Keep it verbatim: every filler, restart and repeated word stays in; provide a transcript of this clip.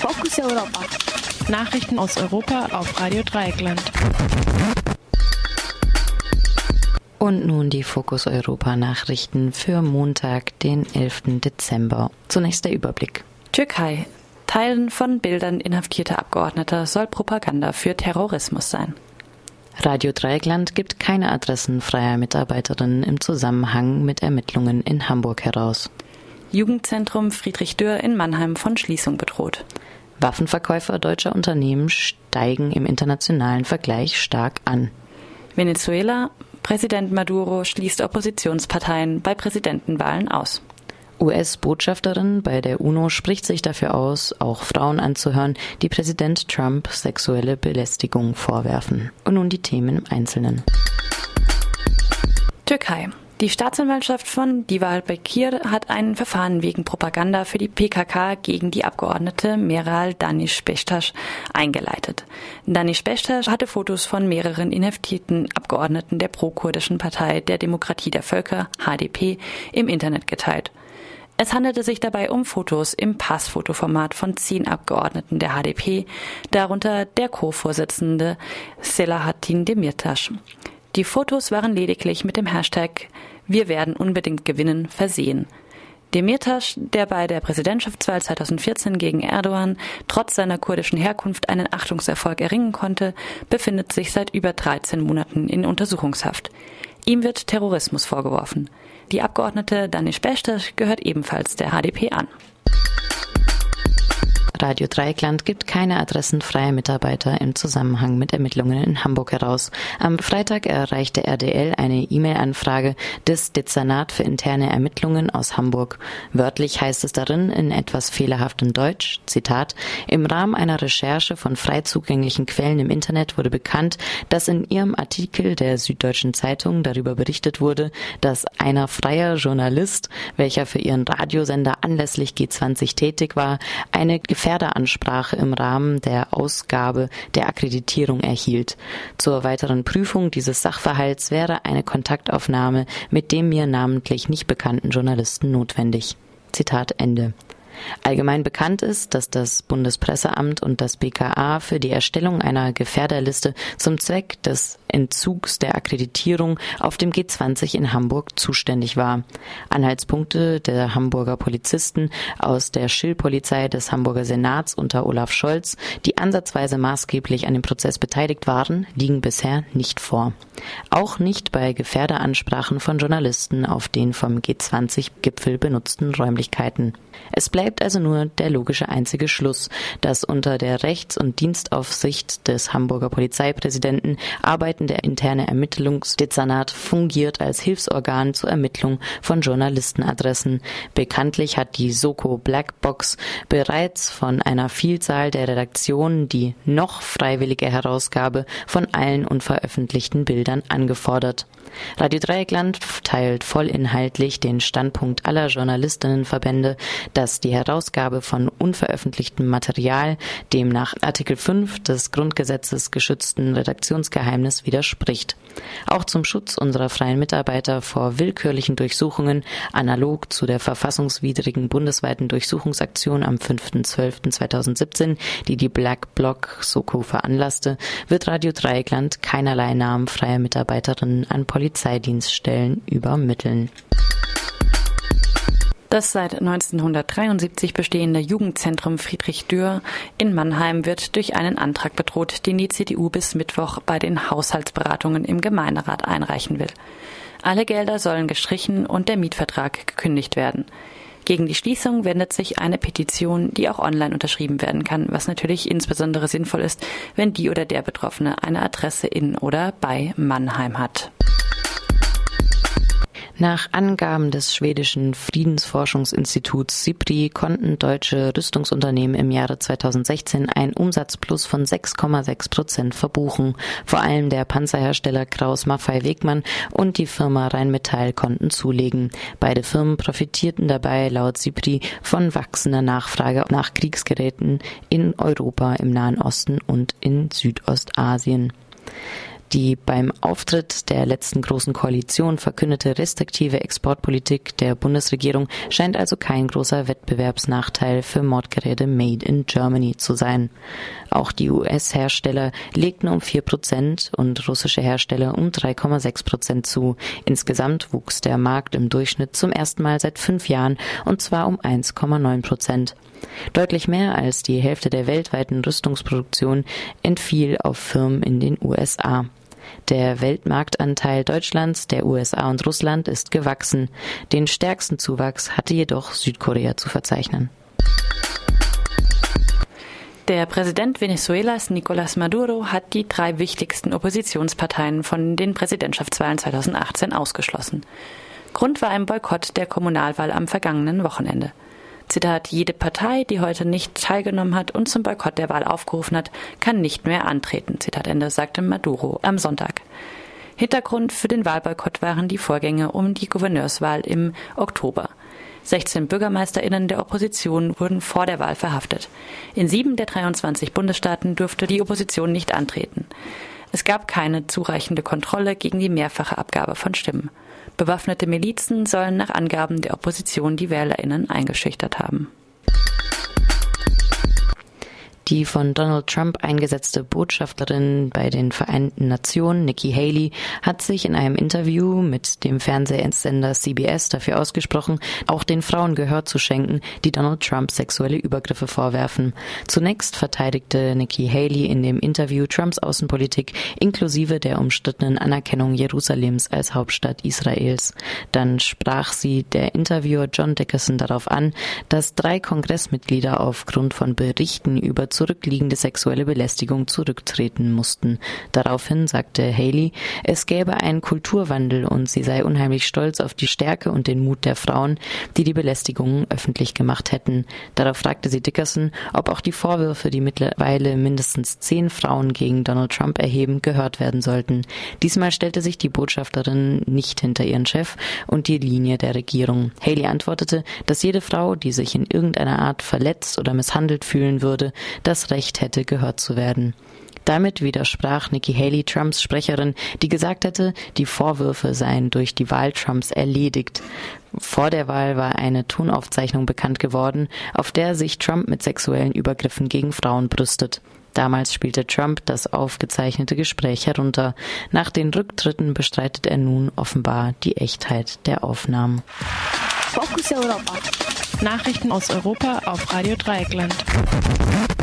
Fokus Europa. Nachrichten aus Europa auf Radio Dreieckland. Und nun die Fokus Europa Nachrichten für Montag, den elften Dezember. Zunächst der Überblick. Türkei. Teilen von Bildern inhaftierter Abgeordneter soll Propaganda für Terrorismus sein. Radio Dreieckland gibt keine Adressen freier Mitarbeiterinnen im Zusammenhang mit Ermittlungen in Hamburg heraus. Jugendzentrum Friedrich Dürr in Mannheim von Schließung bedroht. Waffenverkäufer deutscher Unternehmen steigen im internationalen Vergleich stark an. Venezuela. Präsident Maduro schließt Oppositionsparteien bei Präsidentenwahlen aus. U S-Botschafterin bei der UNO spricht sich dafür aus, auch Frauen anzuhören, die Präsident Trump sexuelle Belästigung vorwerfen. Und nun die Themen im Einzelnen. Türkei. Die Staatsanwaltschaft von Diyarbakır hat ein Verfahren wegen Propaganda für die P K K gegen die Abgeordnete Meral Danish Beştaş eingeleitet. Danish Beştaş hatte Fotos von mehreren inhaftierten Abgeordneten der pro-kurdischen Partei der Demokratie der Völker, H D P, im Internet geteilt. Es handelte sich dabei um Fotos im Passfotoformat von zehn Abgeordneten der H D P, darunter der Co-Vorsitzende Selahattin Demirtas. Die Fotos waren lediglich mit dem Hashtag »Wir werden unbedingt gewinnen« versehen. Demirtas, der bei der Präsidentschaftswahl zweitausendvierzehn gegen Erdogan trotz seiner kurdischen Herkunft einen Achtungserfolg erringen konnte, befindet sich seit über dreizehn Monaten in Untersuchungshaft. Ihm wird Terrorismus vorgeworfen. Die Abgeordnete Danish Beştaş gehört ebenfalls der H D P an. Radio Dreieckland gibt keine Adressen freier Mitarbeiter im Zusammenhang mit Ermittlungen in Hamburg heraus. Am Freitag erreichte R D L eine E-Mail-Anfrage des Dezernat für interne Ermittlungen aus Hamburg. Wörtlich heißt es darin in etwas fehlerhaftem Deutsch, Zitat, im Rahmen einer Recherche von frei zugänglichen Quellen im Internet wurde bekannt, dass in ihrem Artikel der Süddeutschen Zeitung darüber berichtet wurde, dass einer freier Journalist, welcher für ihren Radiosender anlässlich G zwanzig tätig war, eine Gefährderansprache im Rahmen der Ausgabe der Akkreditierung erhielt. Zur weiteren Prüfung dieses Sachverhalts wäre eine Kontaktaufnahme mit dem mir namentlich nicht bekannten Journalisten notwendig. Zitat Ende. Allgemein bekannt ist, dass das Bundespresseamt und das B K A für die Erstellung einer Gefährderliste zum Zweck des Entzugs der Akkreditierung auf dem G zwanzig in Hamburg zuständig war. Anhaltspunkte der Hamburger Polizisten aus der Schill-Polizei des Hamburger Senats unter Olaf Scholz, die ansatzweise maßgeblich an dem Prozess beteiligt waren, liegen bisher nicht vor. Auch nicht bei Gefährderansprachen von Journalisten auf den vom G zwanzig-Gipfel benutzten Räumlichkeiten. Es bleibt also nur der logische einzige Schluss, dass unter der Rechts- und Dienstaufsicht des Hamburger Polizeipräsidenten arbeitende interne Ermittlungsdezernat fungiert als Hilfsorgan zur Ermittlung von Journalistenadressen. Bekanntlich hat die Soko Blackbox bereits von einer Vielzahl der Redaktionen die noch freiwillige Herausgabe von allen unveröffentlichten Bildern angefordert. Radio Dreieckland teilt vollinhaltlich den Standpunkt aller Journalistinnenverbände, dass die Herausgabe von unveröffentlichtem Material dem nach Artikel fünf des Grundgesetzes geschützten Redaktionsgeheimnis widerspricht. Auch zum Schutz unserer freien Mitarbeiter vor willkürlichen Durchsuchungen, analog zu der verfassungswidrigen bundesweiten Durchsuchungsaktion am fünften zwölften zweitausendsiebzehn, die die Black Bloc Soko veranlasste, wird Radio Dreieckland keinerlei Namen freier Mitarbeiterinnen an Polizeidienststellen übermitteln. Das seit neunzehnhundertdreiundsiebzig bestehende Jugendzentrum Friedrich Dürr in Mannheim wird durch einen Antrag bedroht, den die C D U bis Mittwoch bei den Haushaltsberatungen im Gemeinderat einreichen will. Alle Gelder sollen gestrichen und der Mietvertrag gekündigt werden. Gegen die Schließung wendet sich eine Petition, die auch online unterschrieben werden kann, was natürlich insbesondere sinnvoll ist, wenn die oder der Betroffene eine Adresse in oder bei Mannheim hat. Nach Angaben des schwedischen Friedensforschungsinstituts SIPRI konnten deutsche Rüstungsunternehmen im Jahre zweitausendsechzehn einen Umsatzplus von sechs Komma sechs Prozent verbuchen. Vor allem der Panzerhersteller Krauss-Maffei-Wegmann und die Firma Rheinmetall konnten zulegen. Beide Firmen profitierten dabei laut SIPRI von wachsender Nachfrage nach Kriegsgeräten in Europa, im Nahen Osten und in Südostasien. Die beim Auftritt der letzten großen Koalition verkündete restriktive Exportpolitik der Bundesregierung scheint also kein großer Wettbewerbsnachteil für Mordgeräte made in Germany zu sein. Auch die U S-Hersteller legten um vier Prozent und russische Hersteller um drei Komma sechs Prozent zu. Insgesamt wuchs der Markt im Durchschnitt zum ersten Mal seit fünf Jahren und zwar um eins Komma neun Prozent. Deutlich mehr als die Hälfte der weltweiten Rüstungsproduktion entfiel auf Firmen in den U S A. Der Weltmarktanteil Deutschlands, der U S A und Russland ist gewachsen. Den stärksten Zuwachs hatte jedoch Südkorea zu verzeichnen. Der Präsident Venezuelas Nicolás Maduro hat die drei wichtigsten Oppositionsparteien von den Präsidentschaftswahlen zweitausendachtzehn ausgeschlossen. Grund war ein Boykott der Kommunalwahl am vergangenen Wochenende. Zitat, jede Partei, die heute nicht teilgenommen hat und zum Boykott der Wahl aufgerufen hat, kann nicht mehr antreten, Zitat Ende, sagte Maduro am Sonntag. Hintergrund für den Wahlboykott waren die Vorgänge um die Gouverneurswahl im Oktober. sechzehn BürgermeisterInnen der Opposition wurden vor der Wahl verhaftet. In sieben der dreiundzwanzig Bundesstaaten durfte die Opposition nicht antreten. Es gab keine zureichende Kontrolle gegen die mehrfache Abgabe von Stimmen. Bewaffnete Milizen sollen nach Angaben der Opposition die WählerInnen eingeschüchtert haben. Die von Donald Trump eingesetzte Botschafterin bei den Vereinten Nationen, Nikki Haley, hat sich in einem Interview mit dem Fernsehsender C B S dafür ausgesprochen, auch den Frauen Gehör zu schenken, die Donald Trump sexuelle Übergriffe vorwerfen. Zunächst verteidigte Nikki Haley in dem Interview Trumps Außenpolitik inklusive der umstrittenen Anerkennung Jerusalems als Hauptstadt Israels. Dann sprach sie der Interviewer John Dickerson darauf an, dass drei Kongressmitglieder aufgrund von Berichten über zurückliegende sexuelle Belästigung zurücktreten mussten. Daraufhin sagte Haley, es gäbe einen Kulturwandel und sie sei unheimlich stolz auf die Stärke und den Mut der Frauen, die die Belästigungen öffentlich gemacht hätten. Darauf fragte sie Dickerson, ob auch die Vorwürfe, die mittlerweile mindestens zehn Frauen gegen Donald Trump erheben, gehört werden sollten. Diesmal stellte sich die Botschafterin nicht hinter ihren Chef und die Linie der Regierung. Haley antwortete, dass jede Frau, die sich in irgendeiner Art verletzt oder misshandelt fühlen würde, das Recht hätte, gehört zu werden. Damit widersprach Nikki Haley Trumps Sprecherin, die gesagt hätte, die Vorwürfe seien durch die Wahl Trumps erledigt. Vor der Wahl war eine Tonaufzeichnung bekannt geworden, auf der sich Trump mit sexuellen Übergriffen gegen Frauen brüstet. Damals spielte Trump das aufgezeichnete Gespräch herunter. Nach den Rücktritten bestreitet er nun offenbar die Echtheit der Aufnahmen. Fokus Europa. Nachrichten aus Europa auf Radio Dreieckland.